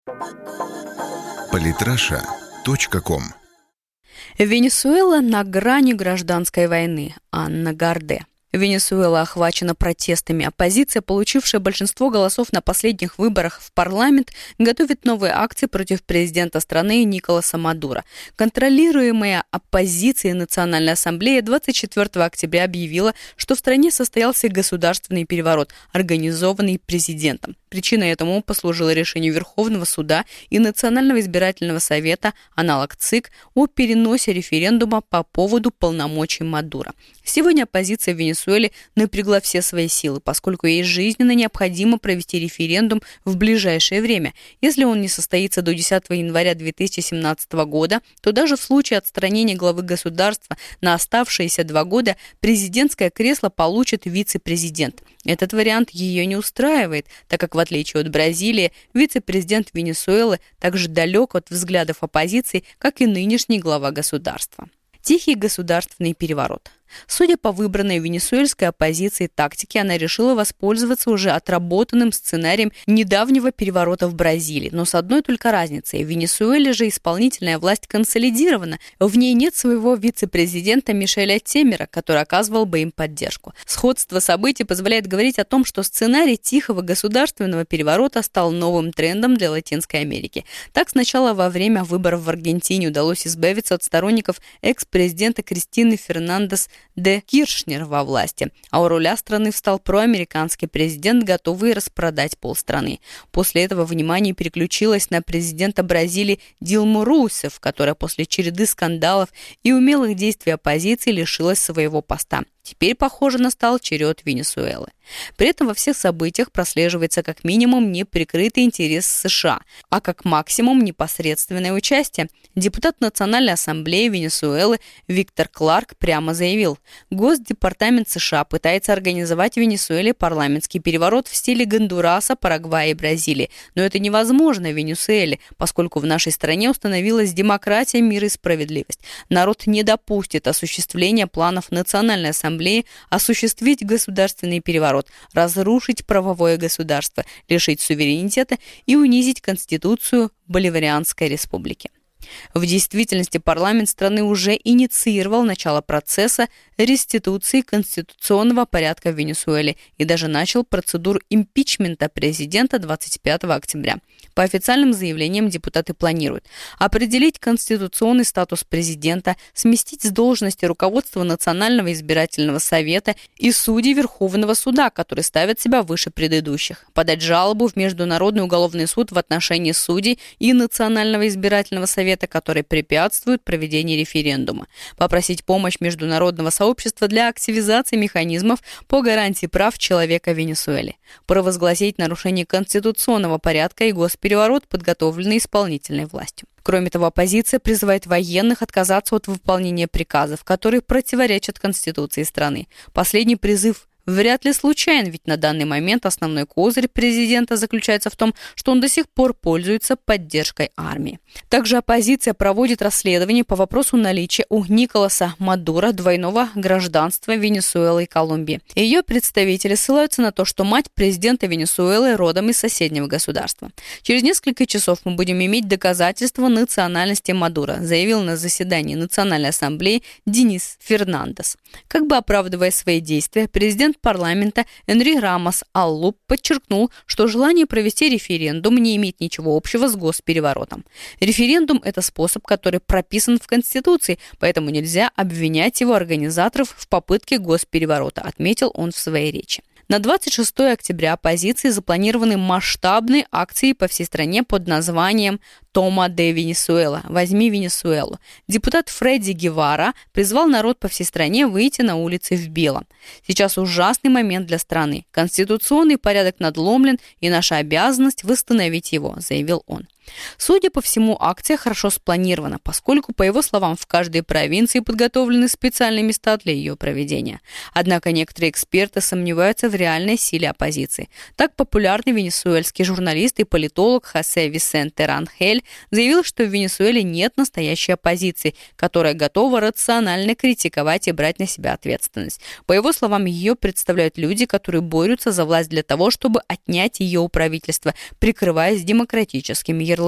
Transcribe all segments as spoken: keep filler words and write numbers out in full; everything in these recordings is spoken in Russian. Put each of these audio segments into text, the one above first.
политраша точка ком. Венесуэла на грани гражданской войны. Анна Гарде. Венесуэла охвачена протестами. Оппозиция, получившая большинство голосов на последних выборах в парламент, готовит новые акции против президента страны Николаса Мадуро. Контролируемая оппозицией Национальная ассамблея двадцать четвёртого октября объявила, что в стране состоялся государственный переворот, организованный президентом. Причиной этому послужило решение Верховного суда и Национального избирательного совета, аналог ЦИК, о переносе референдума по поводу полномочий Мадуро. Сегодня оппозиция в Венесуэле напрягла все свои силы, поскольку ей жизненно необходимо провести референдум в ближайшее время. Если он не состоится до десятого января две тысячи семнадцатого года, то даже в случае отстранения главы государства на оставшиеся два года президентское кресло получит вице-президент. Этот вариант ее не устраивает, так как, в отличие от Бразилии, вице-президент Венесуэлы также далек от взглядов оппозиции, как и нынешний глава государства. Тихий государственный переворот. Судя по выбранной венесуэльской оппозиции тактике, она решила воспользоваться уже отработанным сценарием недавнего переворота в Бразилии. Но с одной только разницей. В Венесуэле же исполнительная власть консолидирована. В ней нет своего вице-президента Мишеля Темера, который оказывал бы им поддержку. Сходство событий позволяет говорить о том, что сценарий тихого государственного переворота стал новым трендом для Латинской Америки. Так, сначала во время выборов в Аргентине удалось избавиться от сторонников экс-президента Кристины Фернандес де Киршнер во власти, а у руля страны встал проамериканский президент, готовый распродать полстраны. После этого внимание переключилось на президента Бразилии Дилму Русеф, которая после череды скандалов и умелых действий оппозиции лишилась своего поста. Теперь, похоже, настал черед Венесуэлы. При этом во всех событиях прослеживается как минимум неприкрытый интерес США, а как максимум непосредственное участие. Депутат Национальной ассамблеи Венесуэлы Виктор Кларк прямо заявил: Госдепартамент США пытается организовать в Венесуэле парламентский переворот в стиле Гондураса, Парагвая и Бразилии. Но это невозможно в Венесуэле, поскольку в нашей стране установилась демократия, мир и справедливость. Народ не допустит осуществления планов Национальной ассамблеи осуществить государственный переворот, разрушить правовое государство, лишить суверенитета и унизить Конституцию Боливарианской республики. В действительности парламент страны уже инициировал начало процесса реституции конституционного порядка в Венесуэле и даже начал процедуру импичмента президента двадцать пятого октября. По официальным заявлениям депутаты планируют определить конституционный статус президента, сместить с должности руководство Национального избирательного совета и судей Верховного суда, которые ставят себя выше предыдущих, подать жалобу в Международный уголовный суд в отношении судей и Национального избирательного совета, которые препятствуют проведению референдума, попросить помощь международного сообщества для активизации механизмов по гарантии прав человека в Венесуэле, провозгласить нарушение конституционного порядка и госпереворот, подготовленный исполнительной властью. Кроме того, оппозиция призывает военных отказаться от выполнения приказов, которые противоречат Конституции страны. Последний призыв вряд ли случайен, ведь на данный момент основной козырь президента заключается в том, что он до сих пор пользуется поддержкой армии. Также оппозиция проводит расследование по вопросу наличия у Николаса Мадуро двойного гражданства Венесуэлы и Колумбии. Ее представители ссылаются на то, что мать президента Венесуэлы родом из соседнего государства. Через несколько часов мы будем иметь доказательства национальности Мадуро, заявил на заседании Национальной ассамблеи Денис Фернандес. Как бы оправдывая свои действия, президент парламента Энри Рамос Аллуп подчеркнул, что желание провести референдум не имеет ничего общего с госпереворотом. Референдум – это способ, который прописан в Конституции, поэтому нельзя обвинять его организаторов в попытке госпереворота, отметил он в своей речи. На двадцать шестого октября оппозиции запланированы масштабные акции по всей стране под названием «Тома де Венесуэла» – «Возьми Венесуэлу». Депутат Фредди Гевара призвал народ по всей стране выйти на улицы в белом. Сейчас ужасный момент для страны. Конституционный порядок надломлен, и наша обязанность восстановить его, заявил он. Судя по всему, акция хорошо спланирована, поскольку, по его словам, в каждой провинции подготовлены специальные места для ее проведения. Однако некоторые эксперты сомневаются в реальной силе оппозиции. Так, популярный венесуэльский журналист и политолог Хосе Висенте Ранхель заявил, что в Венесуэле нет настоящей оппозиции, которая готова рационально критиковать и брать на себя ответственность. По его словам, ее представляют люди, которые борются за власть для того, чтобы отнять ее у правительства, прикрываясь демократическими ярлыками.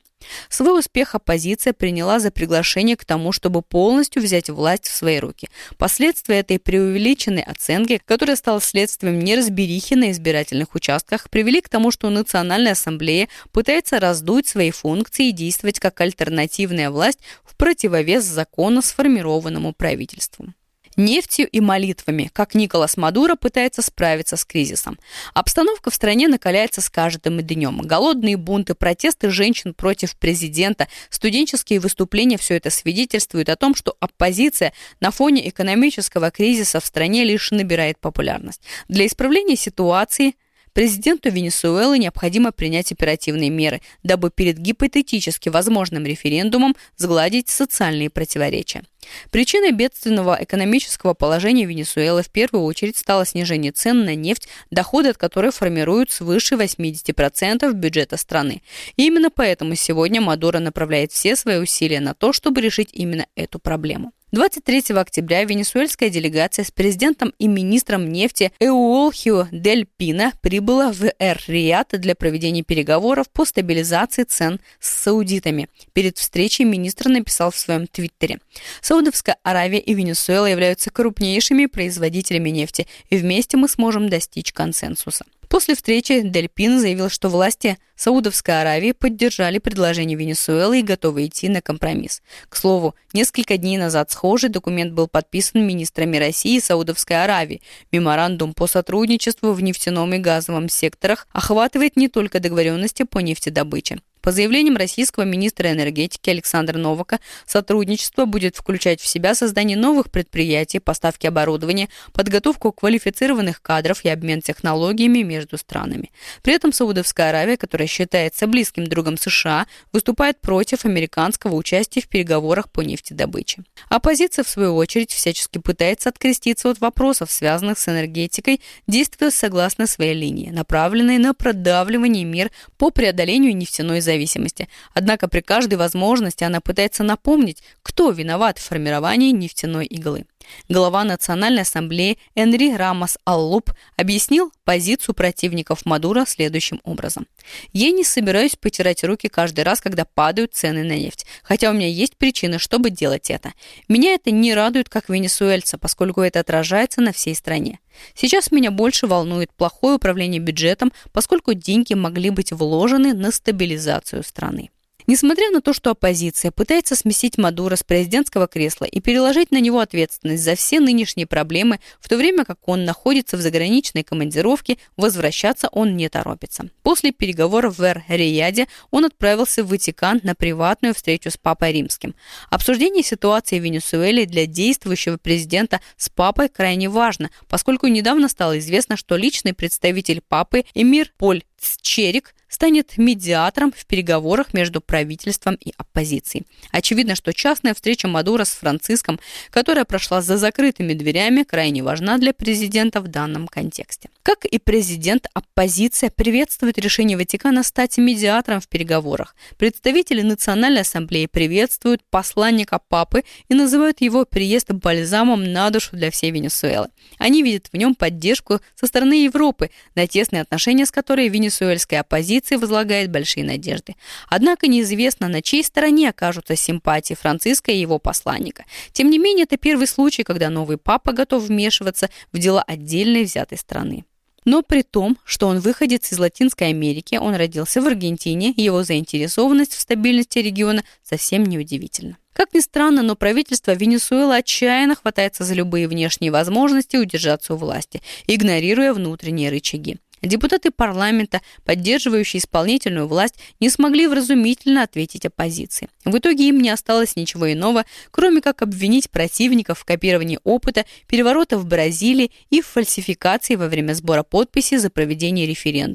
Свой успех оппозиция приняла за приглашение к тому, чтобы полностью взять власть в свои руки. Последствия этой преувеличенной оценки, которая стала следствием неразберихи на избирательных участках, привели к тому, что Национальная ассамблея пытается раздуть свои функции и действовать как альтернативная власть в противовес законно сформированному правительству. Нефтью и молитвами, как Николас Мадуро пытается справиться с кризисом. Обстановка в стране накаляется с каждым днем. Голодные бунты, протесты женщин против президента, студенческие выступления – все это свидетельствует о том, что оппозиция на фоне экономического кризиса в стране лишь набирает популярность. Для исправления ситуации президенту Венесуэлы необходимо принять оперативные меры, дабы перед гипотетически возможным референдумом сгладить социальные противоречия. Причиной бедственного экономического положения Венесуэлы в первую очередь стало снижение цен на нефть, доходы от которой формируют свыше восемьдесят процентов бюджета страны. И именно поэтому сегодня Мадуро направляет все свои усилия на то, чтобы решить именно эту проблему. двадцать третьего октября венесуэльская делегация с президентом и министром нефти Эуолхио дель Пино прибыла в Эр-Рияд для проведения переговоров по стабилизации цен с саудитами. Перед встречей министр написал в своем твиттере: «Саудовская Аравия и Венесуэла являются крупнейшими производителями нефти, и вместе мы сможем достичь консенсуса». После встречи Дель Пино заявил, что власти Саудовской Аравии поддержали предложение Венесуэлы и готовы идти на компромисс. К слову, несколько дней назад схожий документ был подписан министрами России и Саудовской Аравии. Меморандум по сотрудничеству в нефтяном и газовом секторах охватывает не только договоренности по нефтедобыче. По заявлениям российского министра энергетики Александра Новака, сотрудничество будет включать в себя создание новых предприятий, поставки оборудования, подготовку квалифицированных кадров и обмен технологиями между странами. При этом Саудовская Аравия, которая считается близким другом США, выступает против американского участия в переговорах по нефтедобыче. Оппозиция, в свою очередь, всячески пытается откреститься от вопросов, связанных с энергетикой, действуя согласно своей линии, направленной на продавливание мер по преодолению нефтяной зависимости. зависимости. Однако при каждой возможности она пытается напомнить, кто виноват в формировании нефтяной иглы. Глава Национальной ассамблеи Энри Рамос Аллуп объяснил позицию противников Мадуро следующим образом: «Я не собираюсь потирать руки каждый раз, когда падают цены на нефть, хотя у меня есть причины, чтобы делать это. Меня это не радует как венесуэльца, поскольку это отражается на всей стране. Сейчас меня больше волнует плохое управление бюджетом, поскольку деньги могли быть вложены на стабилизацию страны». Несмотря на то, что оппозиция пытается сместить Мадуро с президентского кресла и переложить на него ответственность за все нынешние проблемы, в то время как он находится в заграничной командировке, возвращаться он не торопится. После переговоров в Эр-Рияде он отправился в Ватикан на приватную встречу с Папой Римским. Обсуждение ситуации в Венесуэле для действующего президента с Папой крайне важно, поскольку недавно стало известно, что личный представитель Папы Эмир Поль Цчерик станет медиатором в переговорах между правительством и оппозицией. Очевидно, что частная встреча Мадуро с Франциском, которая прошла за закрытыми дверями, крайне важна для президента в данном контексте. Как и президент, оппозиция приветствует решение Ватикана стать медиатором в переговорах. Представители Национальной ассамблеи приветствуют посланника Папы и называют его приезд бальзамом на душу для всей Венесуэлы. Они видят в нем поддержку со стороны Европы, на тесные отношения с которой венесуэльская оппозиция возлагает большие надежды. Однако неизвестно, на чьей стороне окажутся симпатии Франциска и его посланника. Тем не менее, это первый случай, когда новый папа готов вмешиваться в дела отдельной взятой страны. Но при том, что он выходец из Латинской Америки, он родился в Аргентине, его заинтересованность в стабильности региона совсем неудивительна. Как ни странно, но правительство Венесуэлы отчаянно хватается за любые внешние возможности удержаться у власти, игнорируя внутренние рычаги. Депутаты парламента, поддерживающие исполнительную власть, не смогли вразумительно ответить оппозиции. В итоге им не осталось ничего иного, кроме как обвинить противников в копировании опыта переворота в Бразилии и в фальсификации во время сбора подписей за проведение референдума.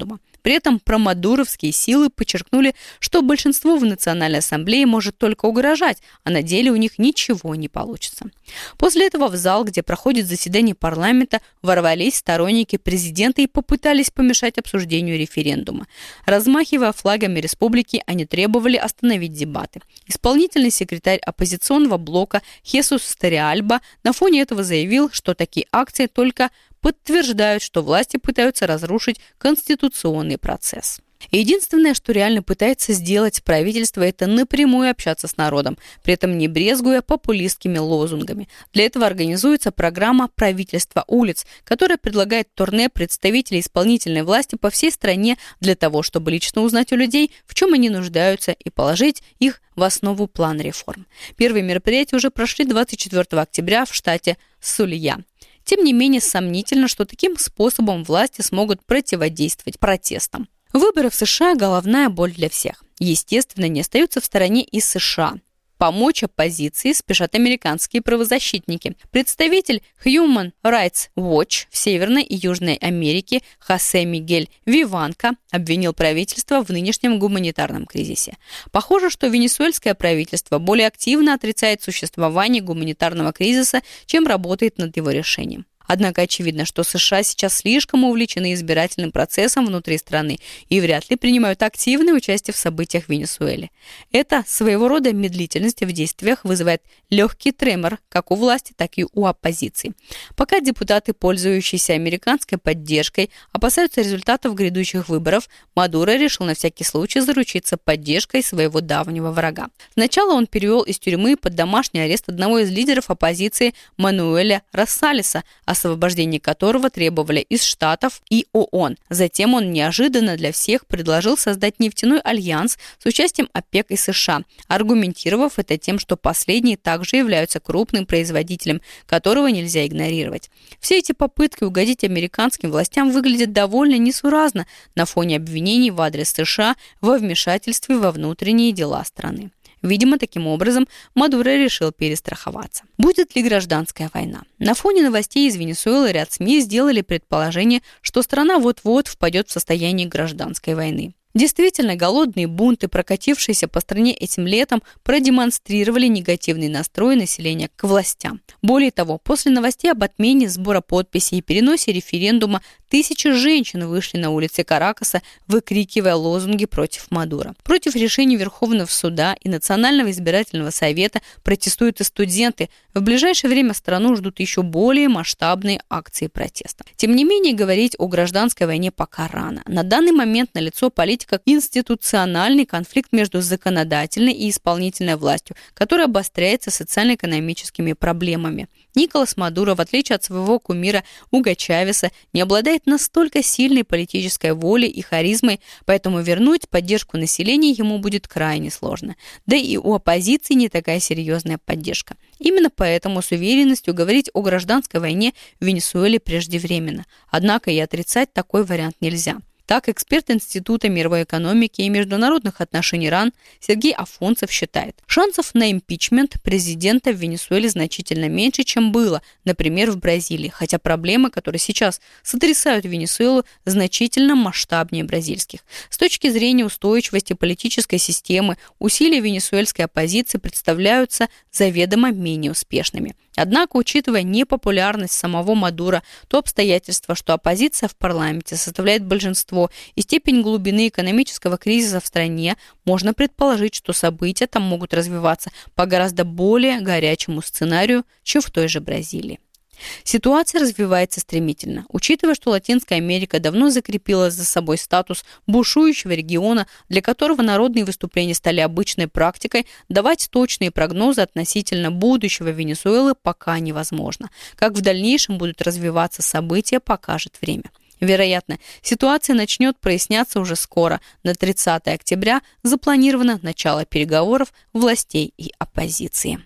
При этом промадуровские силы подчеркнули, что большинство в Национальной ассамблее может только угрожать, а на деле у них ничего не получится. После этого в зал, где проходит заседание парламента, ворвались сторонники президента и попытались помешать обсуждению референдума. Размахивая флагами республики, они требовали остановить дебаты. Исполнительный секретарь оппозиционного блока Хесус Стариальба на фоне этого заявил, что такие акции только подтверждают, что власти пытаются разрушить конституционный процесс. Единственное, что реально пытается сделать правительство, это напрямую общаться с народом, при этом не брезгуя популистскими лозунгами. Для этого организуется программа «Правительство улиц», которая предлагает турне представителей исполнительной власти по всей стране для того, чтобы лично узнать у людей, в чем они нуждаются, и положить их в основу плана реформ. Первые мероприятия уже прошли двадцать четвёртого октября в штате Сулья. Тем не менее, сомнительно, что таким способом власти смогут противодействовать протестам. Выборы в США – головная боль для всех. Естественно, не остаются в стороне и США. Помочь оппозиции спешат американские правозащитники. Представитель Human Rights Watch в Северной и Южной Америке Хосе Мигель Виванка обвинил правительство в нынешнем гуманитарном кризисе. Похоже, что венесуэльское правительство более активно отрицает существование гуманитарного кризиса, чем работает над его решением. Однако очевидно, что США сейчас слишком увлечены избирательным процессом внутри страны и вряд ли принимают активное участие в событиях в Венесуэле. Это своего рода медлительность в действиях вызывает легкий тремор как у власти, так и у оппозиции. Пока депутаты, пользующиеся американской поддержкой, опасаются результатов грядущих выборов, Мадуро решил на всякий случай заручиться поддержкой своего давнего врага. Сначала он перевел из тюрьмы под домашний арест одного из лидеров оппозиции Мануэля Росалеса, освобождение которого требовали из Штатов и ООН. Затем он неожиданно для всех предложил создать нефтяной альянс с участием ОПЕК и США, аргументировав это тем, что последние также являются крупным производителем, которого нельзя игнорировать. Все эти попытки угодить американским властям выглядят довольно несуразно на фоне обвинений в адрес США во вмешательстве во внутренние дела страны. Видимо, таким образом Мадуро решил перестраховаться. Будет ли гражданская война? На фоне новостей из Венесуэлы ряд СМИ сделали предположение, что страна вот-вот впадет в состояние гражданской войны. Действительно, голодные бунты, прокатившиеся по стране этим летом, продемонстрировали негативный настрой населения к властям. Более того, после новостей об отмене сбора подписей и переносе референдума тысячи женщин вышли на улицы Каракаса, выкрикивая лозунги против Мадуро. Против решений Верховного суда и Национального избирательного совета протестуют и студенты. В ближайшее время страну ждут еще более масштабные акции протеста. Тем не менее, говорить о гражданской войне пока рано. На данный момент налицо политика как институциональный конфликт между законодательной и исполнительной властью, который обостряется социально-экономическими проблемами. Николас Мадуро, в отличие от своего кумира Уго Чавеса, не обладает настолько сильной политической волей и харизмой, поэтому вернуть поддержку населения ему будет крайне сложно. Да и у оппозиции не такая серьезная поддержка. Именно поэтому с уверенностью говорить о гражданской войне в Венесуэле преждевременно. Однако и отрицать такой вариант нельзя. Так, эксперт Института мировой экономики и международных отношений РАН Сергей Афонцев считает, шансов на импичмент президента в Венесуэле значительно меньше, чем было, например, в Бразилии, хотя проблемы, которые сейчас сотрясают Венесуэлу, значительно масштабнее бразильских. С точки зрения устойчивости политической системы, усилия венесуэльской оппозиции представляются заведомо менее успешными. Однако, учитывая непопулярность самого Мадуро, то обстоятельство, что оппозиция в парламенте составляет большинство и степень глубины экономического кризиса в стране, можно предположить, что события там могут развиваться по гораздо более горячему сценарию, чем в той же Бразилии. Ситуация развивается стремительно. Учитывая, что Латинская Америка давно закрепила за собой статус бушующего региона, для которого народные выступления стали обычной практикой, давать точные прогнозы относительно будущего Венесуэлы пока невозможно. Как в дальнейшем будут развиваться события, покажет время. Вероятно, ситуация начнет проясняться уже скоро. На тридцатое октября запланировано начало переговоров властей и оппозиции.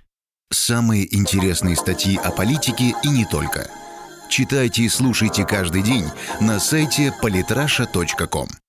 Самые интересные статьи о политике и не только. Читайте и слушайте каждый день на сайте политраша точка ком.